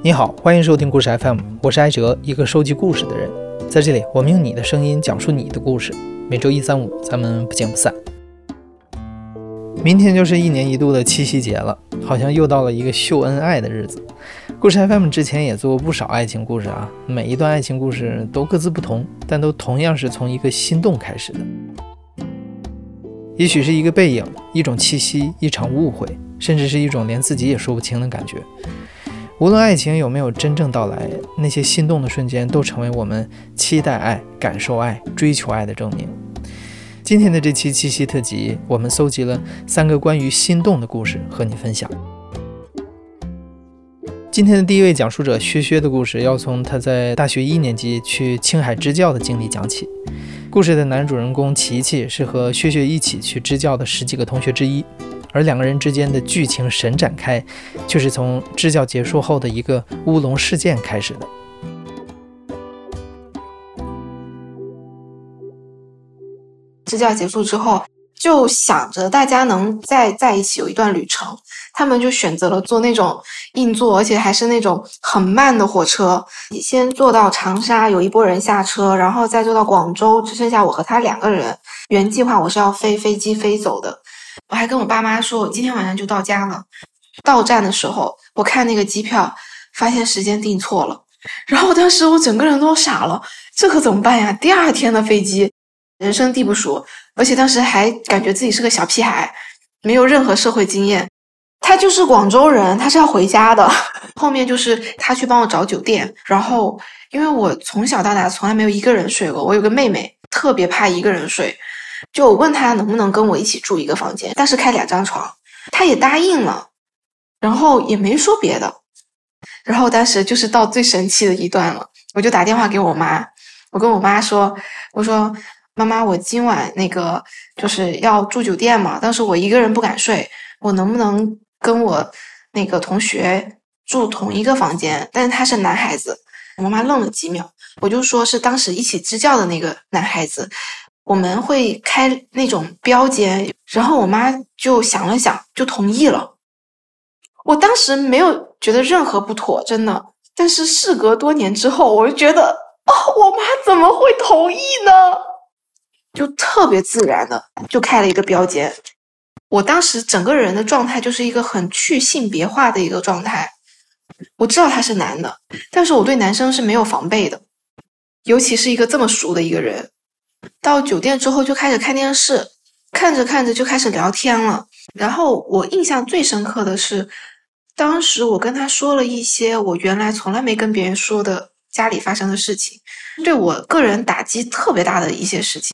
你好，欢迎收听故事 FM， 我是艾哲，一个收集故事的人。在这里，我们用你的声音讲述你的故事。每周一、三、五，咱们不见不散。明天就是1年1度的七夕节了，好像又到了一个秀恩爱的日子。故事 FM 之前也做过不少爱情故事啊，每一段爱情故事都各自不同，但都同样是从一个心动开始的。也许是一个背影，一种气息，一场误会，甚至是一种连自己也说不清的感觉。无论爱情有没有真正到来，那些心动的瞬间都成为我们期待爱、感受爱、追求爱的证明。今天的这期七夕特辑，我们搜集了3个关于心动的故事和你分享。今天的第一位讲述者薛薛的故事，要从他在大学1年级去青海支教的经历讲起。故事的男主人公琪琪是和薛薛一起去支教的10几个同学之一，而2个人之间的剧情神展开，却是从支教结束后的一个乌龙事件开始的。 支教结束之后，就想着大家能再在一起有一段旅程，他们就选择了坐那种硬座，而且还是那种很慢的火车，先坐到长沙，有一波人下车，然后再坐到广州，只剩下我和他2个人。原计划我是要飞机飞走的，我还跟我爸妈说我今天晚上就到家了。到站的时候，我看那个机票，发现时间订错了，然后当时我整个人都傻了，这可怎么办呀？第2天的飞机，人生地不熟，而且当时还感觉自己是个小屁孩，没有任何社会经验。他就是广州人，他是要回家的。后面就是他去帮我找酒店，然后因为我从小到大从来没有一个人睡过，我有个妹妹特别怕一个人睡，就我问他能不能跟我一起住一个房间，但是开2张床，他也答应了，然后也没说别的。然后当时就是到最神奇的一段了，我就打电话给我妈，我跟我妈说，我说妈妈，我今晚那个就是要住酒店嘛，当时我一个人不敢睡，我能不能跟我那个同学住同一个房间？但是他是男孩子。我妈妈愣了几秒，我就说是当时一起支教的那个男孩子，我们会开那种标间。然后我妈就想了想，就同意了。我当时没有觉得任何不妥，真的。但是事隔多年之后，我就觉得我妈怎么会同意呢？就特别自然的就开了一个标间。我当时整个人的状态就是一个很去性别化的一个状态。我知道他是男的，但是我对男生是没有防备的，尤其是一个这么熟的一个人。到酒店之后就开始看电视，看着看着就开始聊天了。然后我印象最深刻的是，当时我跟他说了一些我原来从来没跟别人说的家里发生的事情，对我个人打击特别大的一些事情，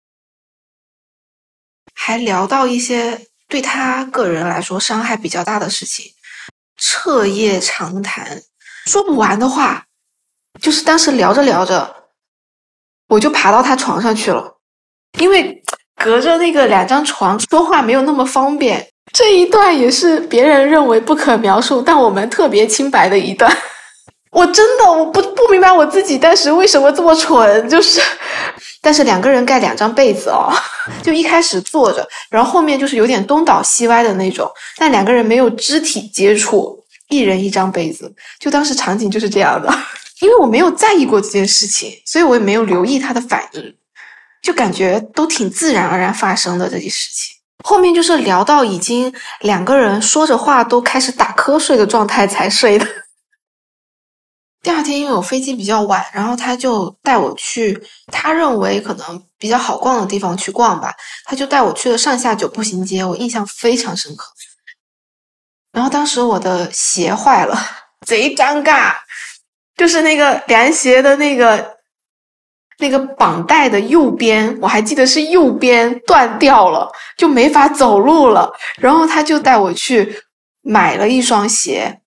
还聊到一些对他个人来说伤害比较大的事情，彻夜长谈，说不完的话。就是当时聊着聊着，我就爬到他床上去了，因为隔着那个2张床说话没有那么方便。这一段也是别人认为不可描述，但我们特别清白的一段。我真的我不明白我自己当时为什么这么蠢，但是2个人盖2张被子就一开始坐着，然后后面就是有点东倒西歪的那种，但2个人没有肢体接触，一人1张被子，就当时场景就是这样的。因为我没有在意过这件事情，所以我也没有留意他的反应，就感觉都挺自然而然发生的这件事情。后面就是聊到已经2个人说着话都开始打瞌睡的状态才睡的。第2天因为我飞机比较晚，然后他就带我去他认为可能比较好逛的地方去逛吧，他就带我去了上下9步行街，我印象非常深刻。然后当时我的鞋坏了，贼尴尬，就是那个凉鞋的那个绑带的右边，我还记得是右边断掉了，就没法走路了。然后他就带我去买了一双鞋。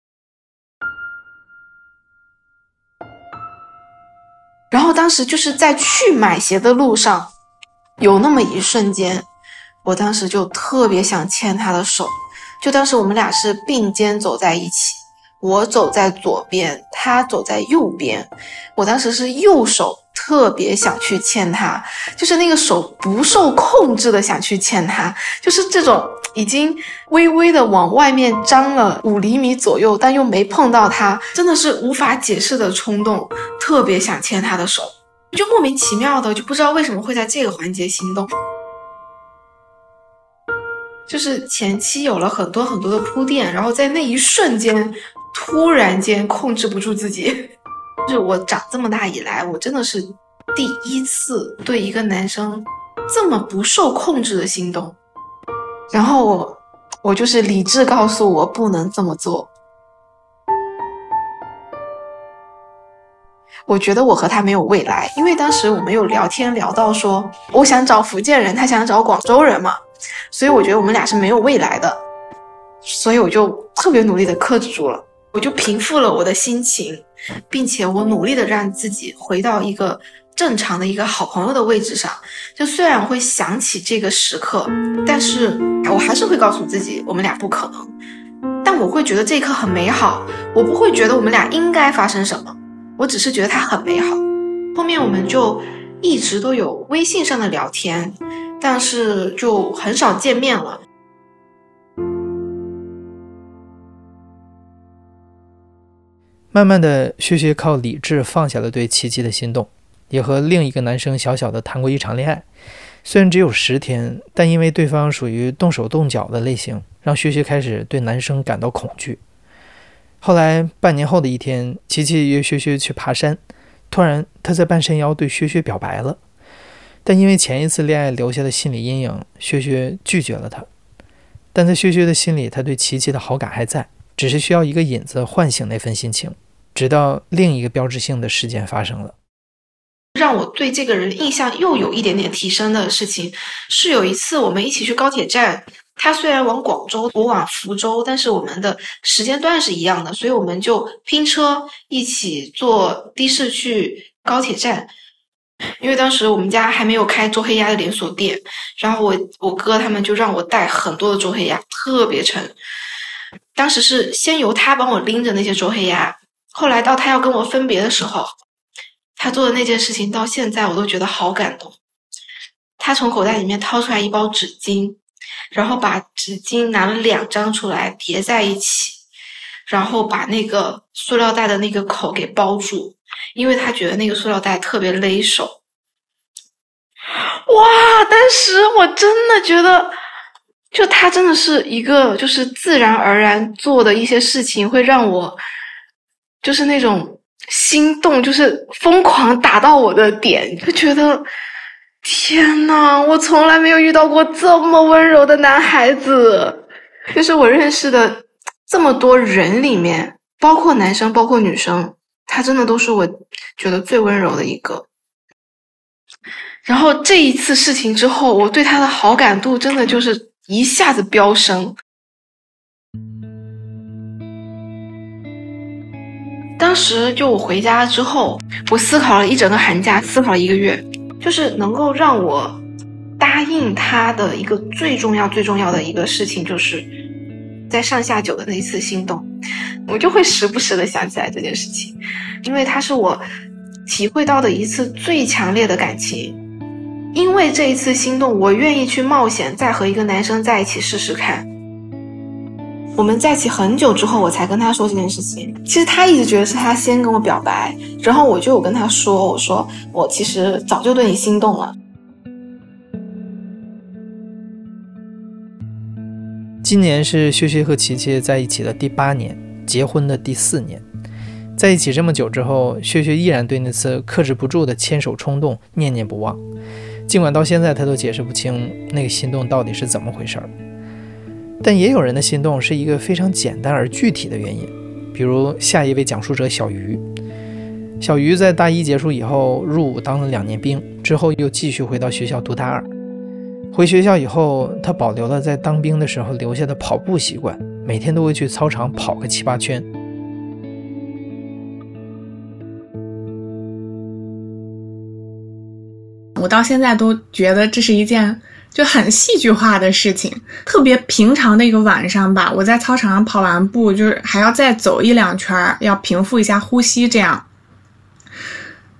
然后当时就是在去买鞋的路上，有那么一瞬间，我当时就特别想牵他的手。就当时我们俩是并肩走在一起，我走在左边，他走在右边。我当时是右手特别想去牵他，就是那个手不受控制的想去牵他，就是这种已经微微的往外面张了5厘米左右，但又没碰到他，真的是无法解释的冲动，特别想牵他的手，就莫名其妙的就不知道为什么会在这个环节心动。就是前期有了很多很多的铺垫，然后在那一瞬间突然间控制不住自己。就是我长这么大以来，我真的是第一次对一个男生这么不受控制的心动，然后我就是理智告诉我不能这么做。我觉得我和他没有未来，因为当时我们有聊天聊到说我想找福建人，他想找广州人嘛，所以我觉得我们俩是没有未来的，所以我就特别努力的克制住了，我就平复了我的心情，并且我努力的让自己回到一个正常的一个好朋友的位置上。就虽然我会想起这个时刻，但是我还是会告诉自己我们俩不可能，但我会觉得这一刻很美好，我不会觉得我们俩应该发生什么，我只是觉得它很美好。后面我们就一直都有微信上的聊天，但是就很少见面了。 慢慢的，薛薛靠理智放下了对琪琪的心动，也和另一个男生小小的谈过一场恋爱。虽然只有10天，但因为对方属于动手动脚的类型，让薛薛开始对男生感到恐惧。后来半年后的一天，琪琪约薛薛去爬山，突然他在半山腰对薛薛表白了，但因为前一次恋爱留下的心理阴影，薛薛拒绝了他。但在薛薛的心里，他对琪琪的好感还在，只是需要一个引子唤醒那份心情。直到另一个标志性的事件发生了， 让我对这个人印象又有一点点提升的事情，是有一次我们一起去高铁站，他虽然往广州，我往福州，但是我们的时间段是一样的，所以我们就拼车一起坐的士去高铁站。因为当时我们家还没有开周黑鸭的连锁店，然后我哥他们就让我带很多的周黑鸭，特别沉。当时是先由他帮我拎着那些周黑鸭，后来到他要跟我分别的时候，他做的那件事情到现在我都觉得好感动。他从口袋里面掏出来一包纸巾，然后把纸巾拿了2张出来叠在一起，然后把那个塑料袋的那个口给包住，因为他觉得那个塑料袋特别勒手。哇，当时我真的觉得就他真的是一个就是自然而然做的一些事情，会让我就是那种心动，就是疯狂打到我的点，就觉得天哪，我从来没有遇到过这么温柔的男孩子。就是我认识的这么多人里面，包括男生包括女生，他真的都是我觉得最温柔的一个。然后这一次事情之后，我对他的好感度真的就是一下子飙升。当时就我回家之后，我思考了一整个寒假，思考了1个月，就是能够让我答应他的一个最重要的一个事情，就是在上下九的那一次心动，我就会时不时的想起来这件事情，因为它是我体会到的一次最强烈的感情。因为这一次心动，我愿意去冒险，再和一个男生在一起试试看。我们在一起很久之后，我才跟他说这件事情。其实他一直觉得是他先跟我表白，然后我就有跟他说，我说我其实早就对你心动了。 今年是薛薛和琪琪在一起的第8年，结婚的第4年。在一起这么久之后，薛薛依然对那次克制不住的牵手冲动念念不忘，尽管到现在他都解释不清那个心动到底是怎么回事。但也有人的心动是一个非常简单而具体的原因，比如下一位讲述者小鱼。小鱼在大1结束以后入伍当了2年兵，之后又继续回到学校读大2。回学校以后，他保留了在当兵的时候留下的跑步习惯，每天都会去操场跑个7、8圈。 我到现在都觉得这是一件就很戏剧化的事情，特别平常的一个晚上吧，我在操场上跑完步，就是还要再走1、2圈，要平复一下呼吸这样。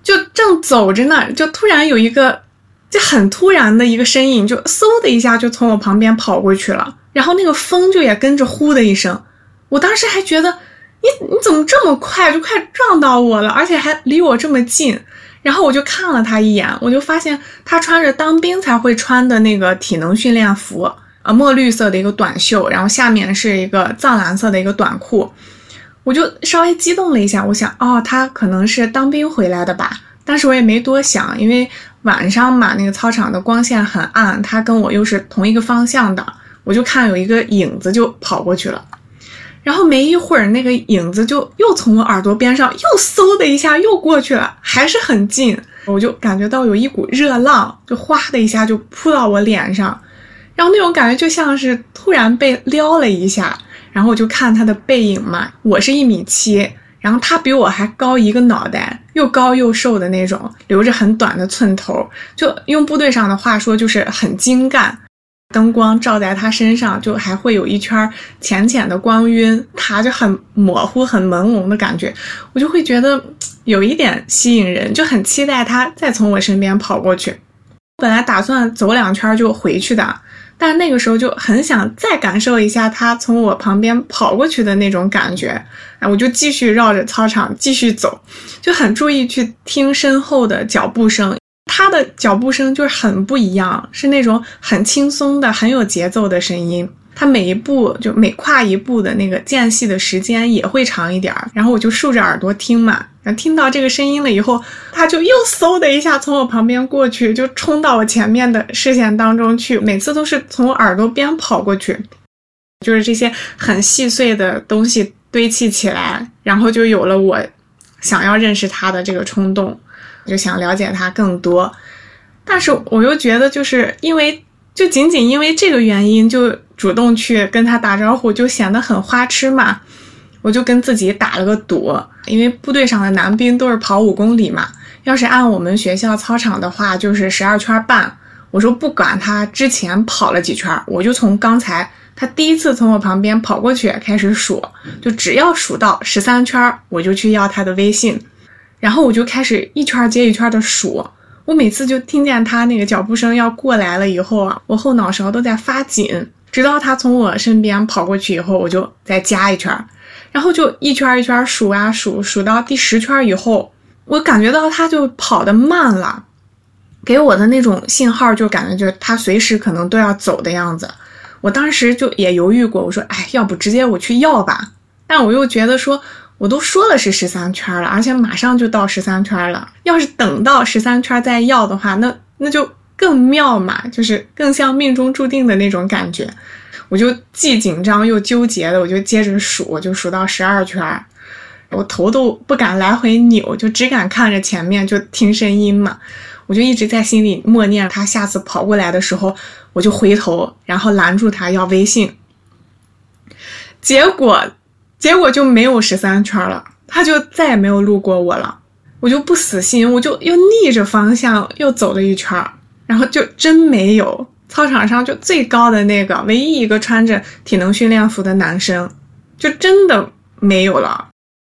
就正走着呢，就突然有一个就很突然的一个身影，就嗖的一下就从我旁边跑过去了，然后那个风就也跟着呼的一声。我当时还觉得你怎么这么快，就快撞到我了，而且还离我这么近。然后我就看了他一眼，我就发现他穿着当兵才会穿的那个体能训练服，墨绿色的一个短袖，然后下面是一个藏蓝色的一个短裤。我就稍微激动了一下，我想他可能是当兵回来的吧，但是我也没多想，因为晚上嘛，那个操场的光线很暗，他跟我又是同一个方向的，我就看有一个影子就跑过去了。然后没一会儿，那个影子就又从我耳朵边上又嗖的一下又过去了，还是很近。我就感觉到有一股热浪就哗的一下就扑到我脸上，然后那种感觉就像是突然被撩了一下。然后我就看他的背影嘛，我是1.7米，然后他比我还高一个脑袋，又高又瘦的那种，留着很短的寸头，就用部队上的话说就是很精干。灯光照在他身上，就还会有一圈浅浅的光晕，他就很模糊很朦胧的感觉，我就会觉得有一点吸引人，就很期待他再从我身边跑过去。本来打算走2圈就回去的，但那个时候就很想再感受一下他从我旁边跑过去的那种感觉，我就继续绕着操场继续走，就很注意去听身后的脚步声。他的脚步声就是很不一样，是那种很轻松的很有节奏的声音，他每一步就每跨一步的那个间隙的时间也会长一点，然后我就竖着耳朵听嘛，然后听到这个声音了以后，他就又嗖的一下从我旁边过去，就冲到我前面的视线当中去，每次都是从我耳朵边跑过去，就是这些很细碎的东西堆砌起来，然后就有了我想要认识他的这个冲动，就想了解他更多。但是我又觉得就是仅仅因为这个原因就主动去跟他打招呼，就显得很花痴嘛。我就跟自己打了个赌，因为部队上的男兵都是跑5公里嘛，要是按我们学校操场的话就是12圈半，我说不管他之前跑了几圈，我就从刚才他第一次从我旁边跑过去开始数，就只要数到13圈我就去要他的微信。然后我就开始一圈接一圈的数，我每次就听见他那个脚步声要过来了以后啊，我后脑勺都在发紧，直到他从我身边跑过去以后，我就再加一圈，然后就一圈一圈数啊数到第10圈以后，我感觉到他就跑得慢了，给我的那种信号就感觉就他随时可能都要走的样子。我当时就也犹豫过，我说要不直接我去要吧，但我又觉得说我都说了是13圈了，而且马上就到13圈了，要是等到13圈再要的话，那就更妙嘛，就是更像命中注定的那种感觉。我就既紧张又纠结的，我就接着数，我就数到12圈，我头都不敢来回扭，就只敢看着前面就听声音嘛。我就一直在心里默念，他下次跑过来的时候我就回头，然后拦住他要微信。结果就没有13圈了，他就再也没有路过我了。我就不死心，我就又逆着方向又走了一圈，然后就真没有，操场上就最高的那个唯一一个穿着体能训练服的男生就真的没有了。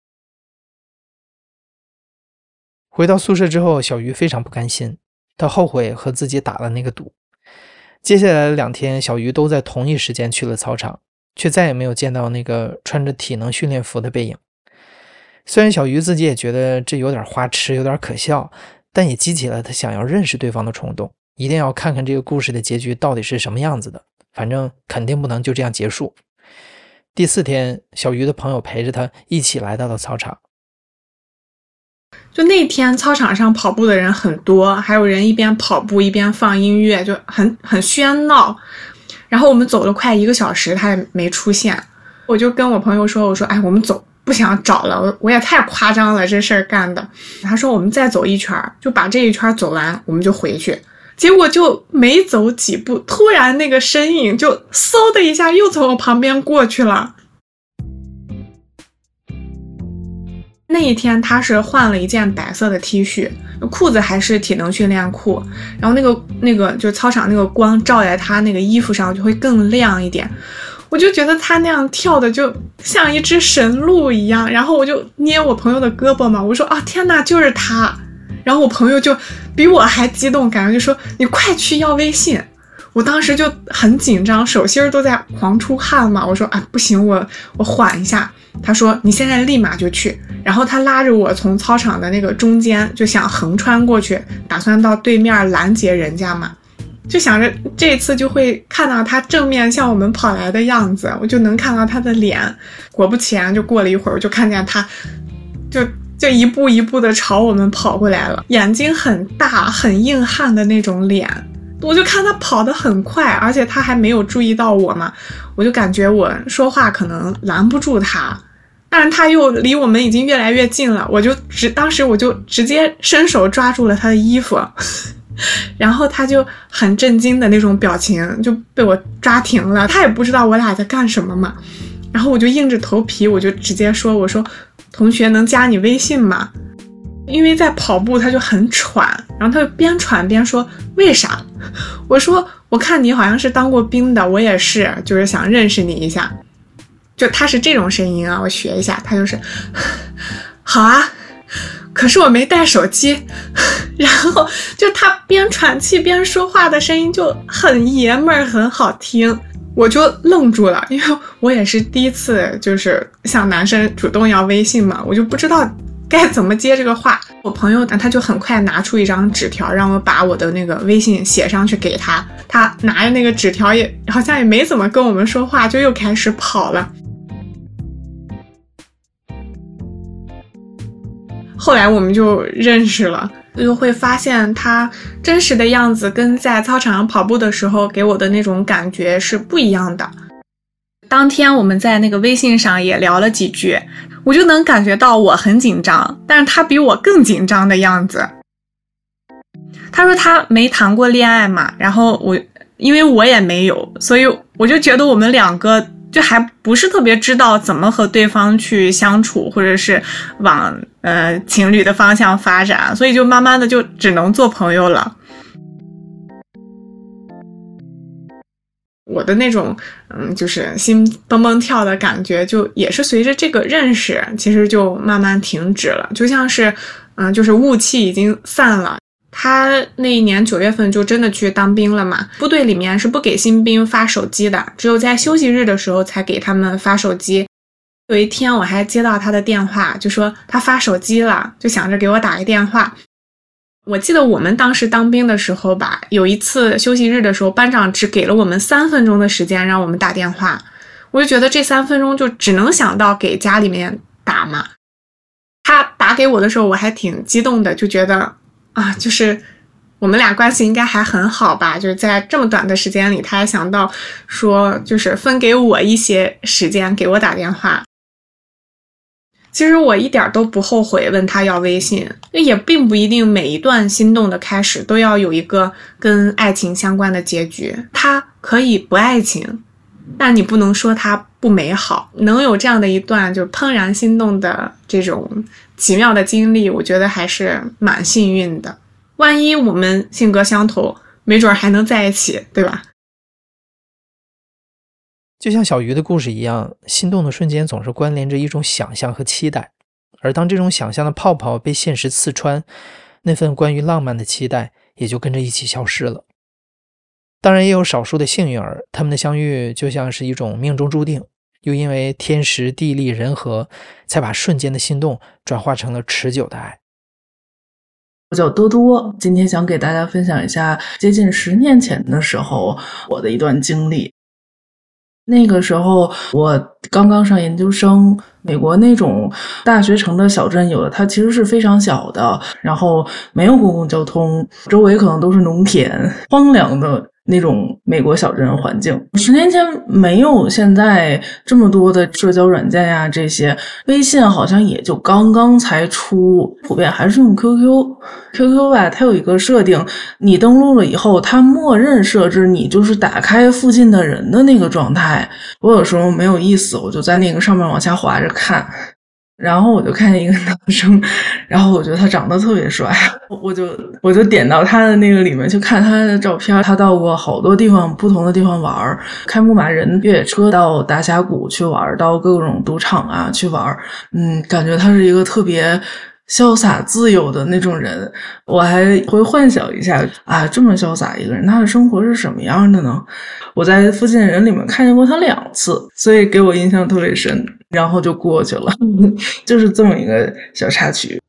回到宿舍之后，小鱼非常不甘心，他后悔和自己打了那个赌。接下来的2天，小鱼都在同一时间去了操场，却再也没有见到那个穿着体能训练服的背影。虽然小鱼自己也觉得这有点花痴，有点可笑，但也激起了他想要认识对方的冲动，一定要看看这个故事的结局到底是什么样子的，反正肯定不能就这样结束。第4天，小鱼的朋友陪着他一起来到了操场。 就那天操场上跑步的人很多，还有人一边跑步一边放音乐，就很喧闹。然后我们走了快1个小时，他也没出现。我就跟我朋友说，我说我们走，不想找了，我也太夸张了这事儿干的。他说我们再走一圈，就把这一圈走完我们就回去。结果就没走几步，突然那个身影就嗖的一下又从我旁边过去了。那一天他是换了一件白色的 T 恤，裤子还是体能训练裤，然后那个就操场那个光照在他那个衣服上就会更亮一点。我就觉得他那样跳的就像一只神鹿一样，然后我就捏我朋友的胳膊嘛，我说天哪，就是他。 然后我朋友就比我还激动，感觉就说你快去要微信。我当时就很紧张，手心都在狂出汗嘛。我说啊，不行，我缓一下。他说你现在立马就去。然后他拉着我从操场的那个中间就想横穿过去，打算到对面拦截人家嘛。就想着这次就会看到他正面向我们跑来的样子，我就能看到他的脸。果不其然，就过了一会儿，我就看见他就一步一步的朝我们跑过来了，眼睛很大很硬汉的那种脸。我就看他跑得很快，而且他还没有注意到我嘛，我就感觉我说话可能拦不住他，但是他又离我们已经越来越近了，当时我就直接伸手抓住了他的衣服然后他就很震惊的那种表情就被我抓停了，他也不知道我俩在干什么嘛。然后我就硬着头皮，我就直接说，我说同学能加你微信吗？因为在跑步他就很喘，然后他就边喘边说为啥？我说我看你好像是当过兵的，我也是，就是想认识你一下。就他是这种声音啊，我学一下，他就是好啊，可是我没带手机然后就他边喘气边说话的声音就很爷们儿，很好听。我就愣住了，因为我也是第一次就是向男生主动要微信嘛，我就不知道该怎么接这个话。我朋友他就很快拿出一张纸条，让我把我的那个微信写上去给他。他拿着那个纸条也好像也没怎么跟我们说话，就又开始跑了。后来我们就认识了，就会发现他真实的样子跟在操场上跑步的时候给我的那种感觉是不一样的。当天我们在那个微信上也聊了几句，我就能感觉到我很紧张，但是他比我更紧张的样子。他说他没谈过恋爱嘛，然后因为我也没有，所以我就觉得我们两个就还不是特别知道怎么和对方去相处，或者是往情侣的方向发展，所以就慢慢的就只能做朋友了。我的那种就是心蹦蹦跳的感觉就也是随着这个认识其实就慢慢停止了，就像是就是雾气已经散了。他那一年9月份就真的去当兵了嘛，部队里面是不给新兵发手机的，只有在休息日的时候才给他们发手机。有一天我还接到他的电话，就说他发手机了，就想着给我打个电话。我记得我们当时当兵的时候吧，有一次休息日的时候，班长只给了我们3分钟的时间让我们打电话，我就觉得这3分钟就只能想到给家里面打嘛。他打给我的时候我还挺激动的，就觉得啊，就是我们俩关系应该还很好吧，就是在这么短的时间里他还想到说就是分给我一些时间给我打电话。其实我一点都不后悔问他要微信，也并不一定每一段心动的开始都要有一个跟爱情相关的结局，他可以不爱情，但你不能说它不美好。能有这样的一段就怦然心动的这种奇妙的经历，我觉得还是蛮幸运的。万一我们性格相投，没准还能在一起，对吧？ 就像小鱼的故事一样，心动的瞬间总是关联着一种想象和期待，而当这种想象的泡泡被现实刺穿，那份关于浪漫的期待也就跟着一起消失了。当然也有少数的幸运儿，他们的相遇就像是一种命中注定，又因为天时地利人和，才把瞬间的心动转化成了持久的爱。 我叫多多，今天想给大家分享一下接近10年前的时候我的一段经历。那个时候我刚刚上研究生，美国那种大学城的小镇有的它其实是非常小的，然后没有公共交通，周围可能都是农田，荒凉的那种美国小镇环境。10年前没有现在这么多的社交软件呀，这些微信好像也就刚刚才出，普遍还是用 QQ 吧，它有一个设定，你登录了以后它默认设置你就是打开附近的人的那个状态。我有时候没有意思，我就在那个上面往下滑着看，然后我就看见一个男生，然后我觉得他长得特别帅，我就点到他的那个里面去看他的照片。他到过好多地方，不同的地方玩，开牧马人越野车到大峡谷去玩，到各种赌场啊去玩。感觉他是一个特别潇洒自由的那种人。我还会幻想一下啊，这么潇洒一个人，他的生活是什么样的呢？我在附近的人里面看见过他2次，所以给我印象特别深，然后就过去了就是这么一个小插曲。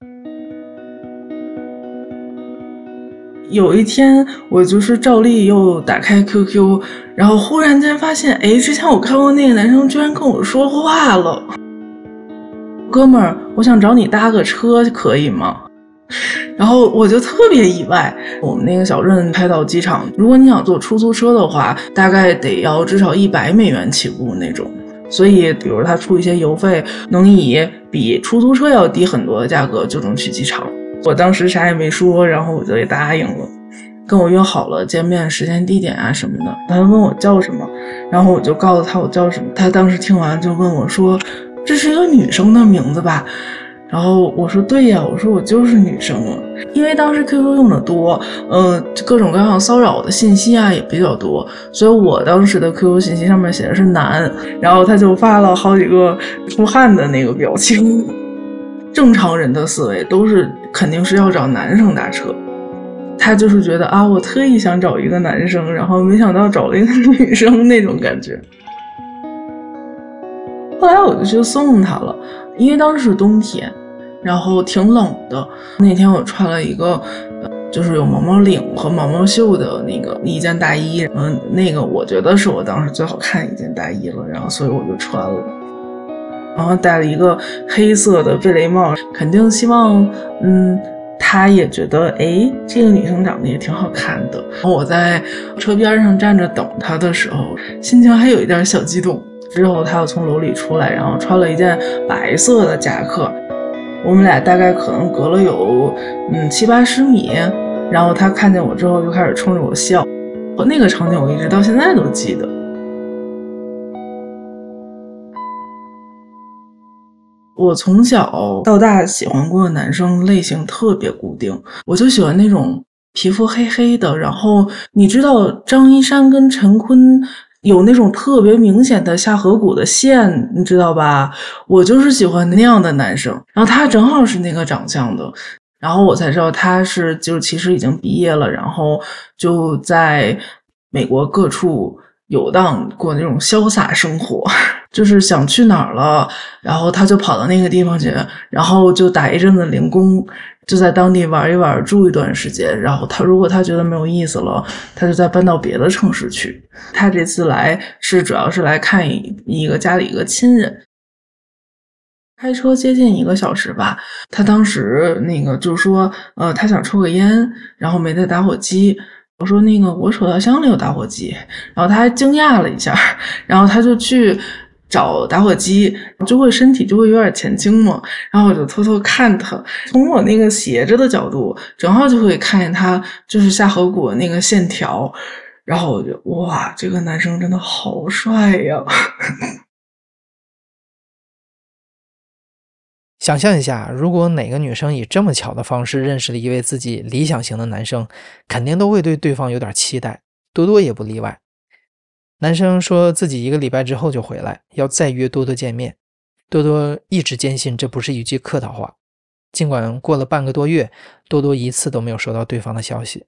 有一天我就是照例又打开 QQ， 然后忽然间发现，哎，之前我看过那个男生居然跟我说话了。哥们儿，我想找你搭个车可以吗？然后我就特别意外，我们那个小镇开到机场，如果你想坐出租车的话，大概得要至少$100起步那种。所以比如他出一些油费，能以比出租车要低很多的价格就能去机场。我当时啥也没说，然后我就也答应了，跟我约好了见面时间地点啊什么的。他问我叫什么，然后我就告诉他我叫什么。他当时听完就问我说，这是一个女生的名字吧？然后我说对呀，我说我就是女生啊。因为当时 QQ 用的多，各种各样骚扰的信息啊也比较多，所以我当时的 QQ 信息上面写的是男，然后他就发了好几个出汗的那个表情。正常人的思维都是肯定是要找男生搭车，他就是觉得啊，我特意想找一个男生，然后没想到找了一个女生那种感觉。后来我就去送他了，因为当时是冬天，然后挺冷的。那天我穿了一个就是有毛毛领和毛毛袖的一件大衣，那个我觉得是我当时最好看的一件大衣了，然后所以我就穿了。然后戴了一个黑色的贝雷帽，肯定希望他也觉得诶，这个女生长得也挺好看的。然后我在车边上站着等他的时候，心情还有一点小激动。之后他又从楼里出来，然后穿了一件白色的夹克，我们俩大概可能隔了有70-80米，然后他看见我之后就开始冲着我笑。那个场景我一直到现在都记得。我从小到大喜欢过的男生类型特别固定，我就喜欢那种皮肤黑黑的，然后你知道张一山跟陈坤有那种特别明显的下颌骨的线，你知道吧？我就是喜欢那样的男生，然后他正好是那个长相的，然后我才知道他是就其实已经毕业了，然后就在美国各处游荡过那种潇洒生活，就是想去哪儿了，然后他就跑到那个地方去，然后就打一阵子零工，就在当地玩一玩，住一段时间，然后如果他觉得没有意思了，他就再搬到别的城市去。他这次来主要是来看家里一个亲人，开车接近1个小时吧。他当时就说他想抽个烟，然后没带打火机。我说我手套箱里有打火机，然后他还惊讶了一下，然后他就去找打火机，身体就会有点前倾嘛，然后我就偷偷看他，从我那个斜着的角度正好就会看见他就是下颌骨的那个线条，然后我就哇，这个男生真的好帅呀。 想象一下，如果哪个女生以这么巧的方式认识了一位自己理想型的男生，肯定都会对对方有点期待，多多也不例外。男生说自己1个礼拜之后就回来，要再约多多见面。多多一直坚信这不是一句客套话，尽管过了半个多月，多多一次都没有收到对方的消息。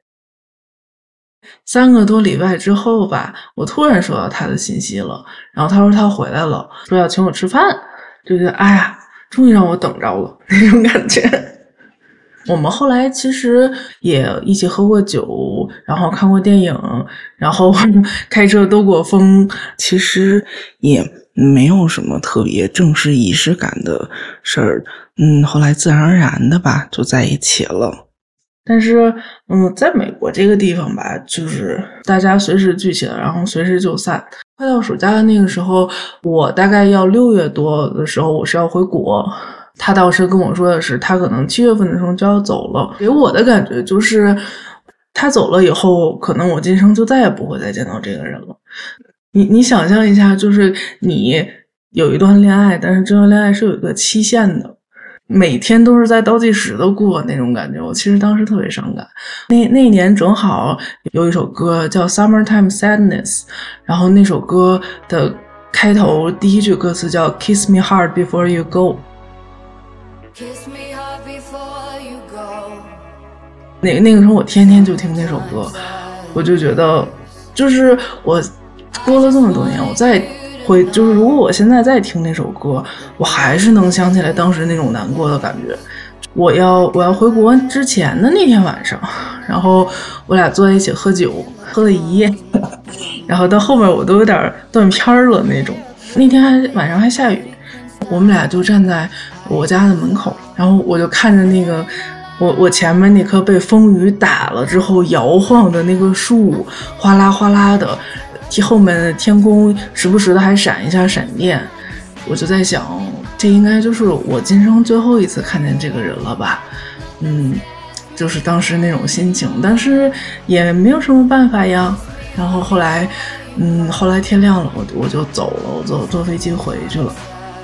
3个多礼拜之后吧，我突然收到他的信息了，然后他说他回来了，说要请我吃饭，就觉得哎呀，终于让我等着了那种感觉。我们后来其实也一起喝过酒，然后看过电影，然后开车兜过风，其实也没有什么特别正式仪式感的事儿。后来自然而然的吧，就在一起了。但是在美国这个地方吧，就是大家随时聚起来，然后随时就散。快到暑假的那个时候，我大概要6月多的时候，我是要回国。他倒是跟我说的是，他可能7月份的时候就要走了。给我的感觉就是，他走了以后，可能我今生就再也不会再见到这个人了。你想象一下，就是你有一段恋爱，但是这段恋爱是有一个期限的，每天都是在倒计时的过那种感觉。我其实当时特别伤感。那一年正好有一首歌叫 Summertime Sadness， 然后那首歌的开头第1句歌词叫 Kiss me hard before you go。Kiss me hard 那个时候我天天就听那首歌，我就觉得就是我过了这么多年，我再就是如果我现在再听那首歌，我还是能想起来当时那种难过的感觉。我要回国之前的那天晚上，然后我俩坐在一起喝酒，喝了一夜，然后到后面我都有点断片了那种。那天晚上还下雨，我们俩就站在我家的门口，然后我就看着那个我前面那棵被风雨打了之后摇晃的那个树，哗啦哗啦的，后面的天空时不时的还闪一下闪电，我就在想，这应该就是我今生最后一次看见这个人了吧。就是当时那种心情，但是也没有什么办法呀。然后后来天亮了，我就走了，我坐飞机回去了。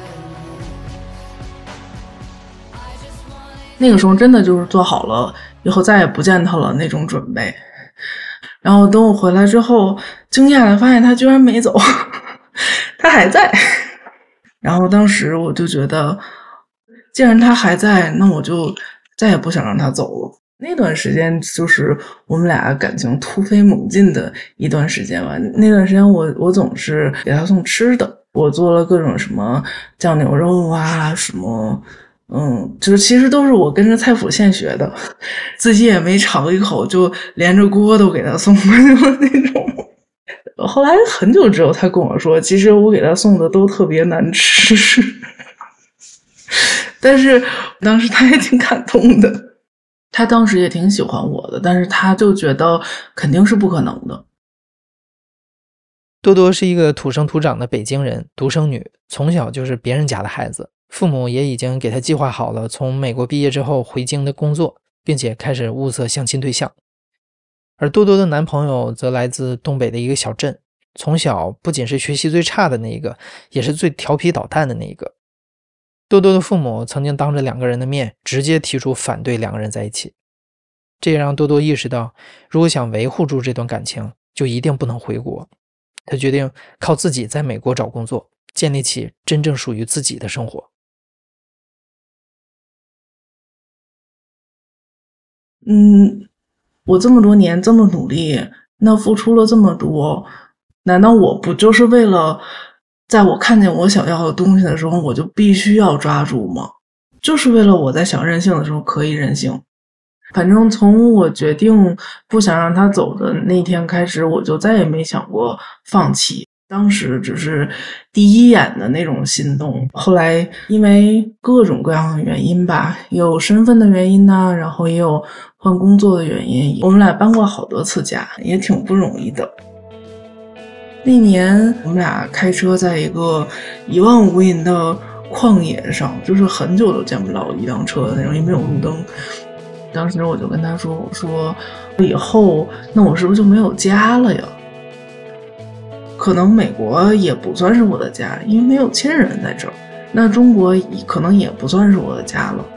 那个时候真的就是做好了以后再也不见他了那种准备。然后等我回来之后，惊讶的发现他居然没走，他还在。然后当时我就觉得，既然他还在，那我就再也不想让他走了。那段时间就是我们俩感情突飞猛进的一段时间吧。那段时间我总是给他送吃的，我做了各种什么酱牛肉啊，什么就是其实都是我跟着菜谱现学的，自己也没尝一口，就连着锅都给他送过去了那种。后来很久之后他跟我说，其实我给他送的都特别难吃，但是当时他也挺感动的，他当时也挺喜欢我的，但是他就觉得肯定是不可能的。 多多是一个土生土长的北京人，独生女，从小就是别人家的孩子，父母也已经给她计划好了从美国毕业之后回京的工作，并且开始物色相亲对象。而多多的男朋友则来自东北的一个小镇，从小不仅是学习最差的那一个，也是最调皮捣蛋的那一个。多多的父母曾经当着两个人的面直接提出反对两个人在一起，这也让多多意识到，如果想维护住这段感情，就一定不能回国。他决定靠自己在美国找工作，建立起真正属于自己的生活。 我这么多年这么努力，那付出了这么多，难道我不就是为了在我看见我想要的东西的时候，我就必须要抓住吗？就是为了我在想任性的时候可以任性。反正从我决定不想让他走的那天开始，我就再也没想过放弃。当时只是第一眼的那种心动，后来因为各种各样的原因吧，有身份的原因呢，然后也有换工作的原因，我们俩搬过好多次家，也挺不容易的。那年我们俩开车在一个一望无垠的旷野上，就是很久都见不到一辆车的那种，也没有路灯。当时我就跟他说，我说以后那我是不是就没有家了呀？可能美国也不算是我的家，因为没有亲人在这儿。那中国可能也不算是我的家了。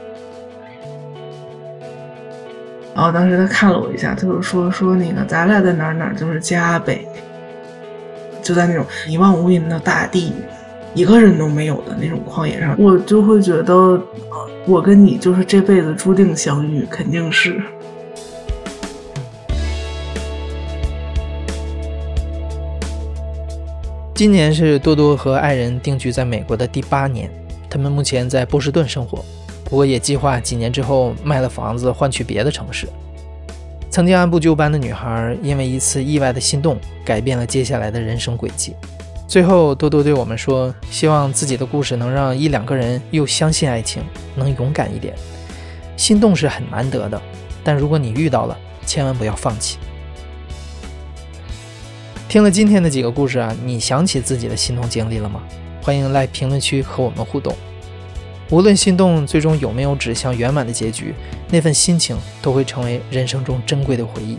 然后当时他看了我一下，他就说那个咱俩在哪儿就是家呗，就在那种一望无垠的大地，一个人都没有的那种旷野上，我就会觉得我跟你就是这辈子注定相遇，肯定是。 今年是多多和爱人定居在美国的第8年，他们目前在波士顿生活，不过也计划几年之后卖了房子换去别的城市。曾经按部就班的女孩，因为一次意外的心动，改变了接下来的人生轨迹。最后多多对我们说，希望自己的故事能让1-2个人又相信爱情，能勇敢一点。心动是很难得的，但如果你遇到了，千万不要放弃。听了今天的几个故事啊，你想起自己的心动经历了吗？欢迎来评论区和我们互动。无论心动最终有没有指向圆满的结局，那份心情都会成为人生中珍贵的回忆。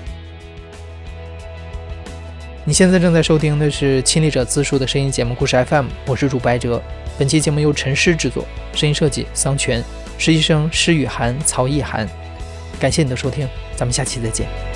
你现在正在收听的是亲历者自述的声音节目故事 FM， 我是主播白哲。本期节目由陈诗制作，声音设计桑泉，实习生施雨涵、曹艺涵。感谢你的收听，咱们下期再见。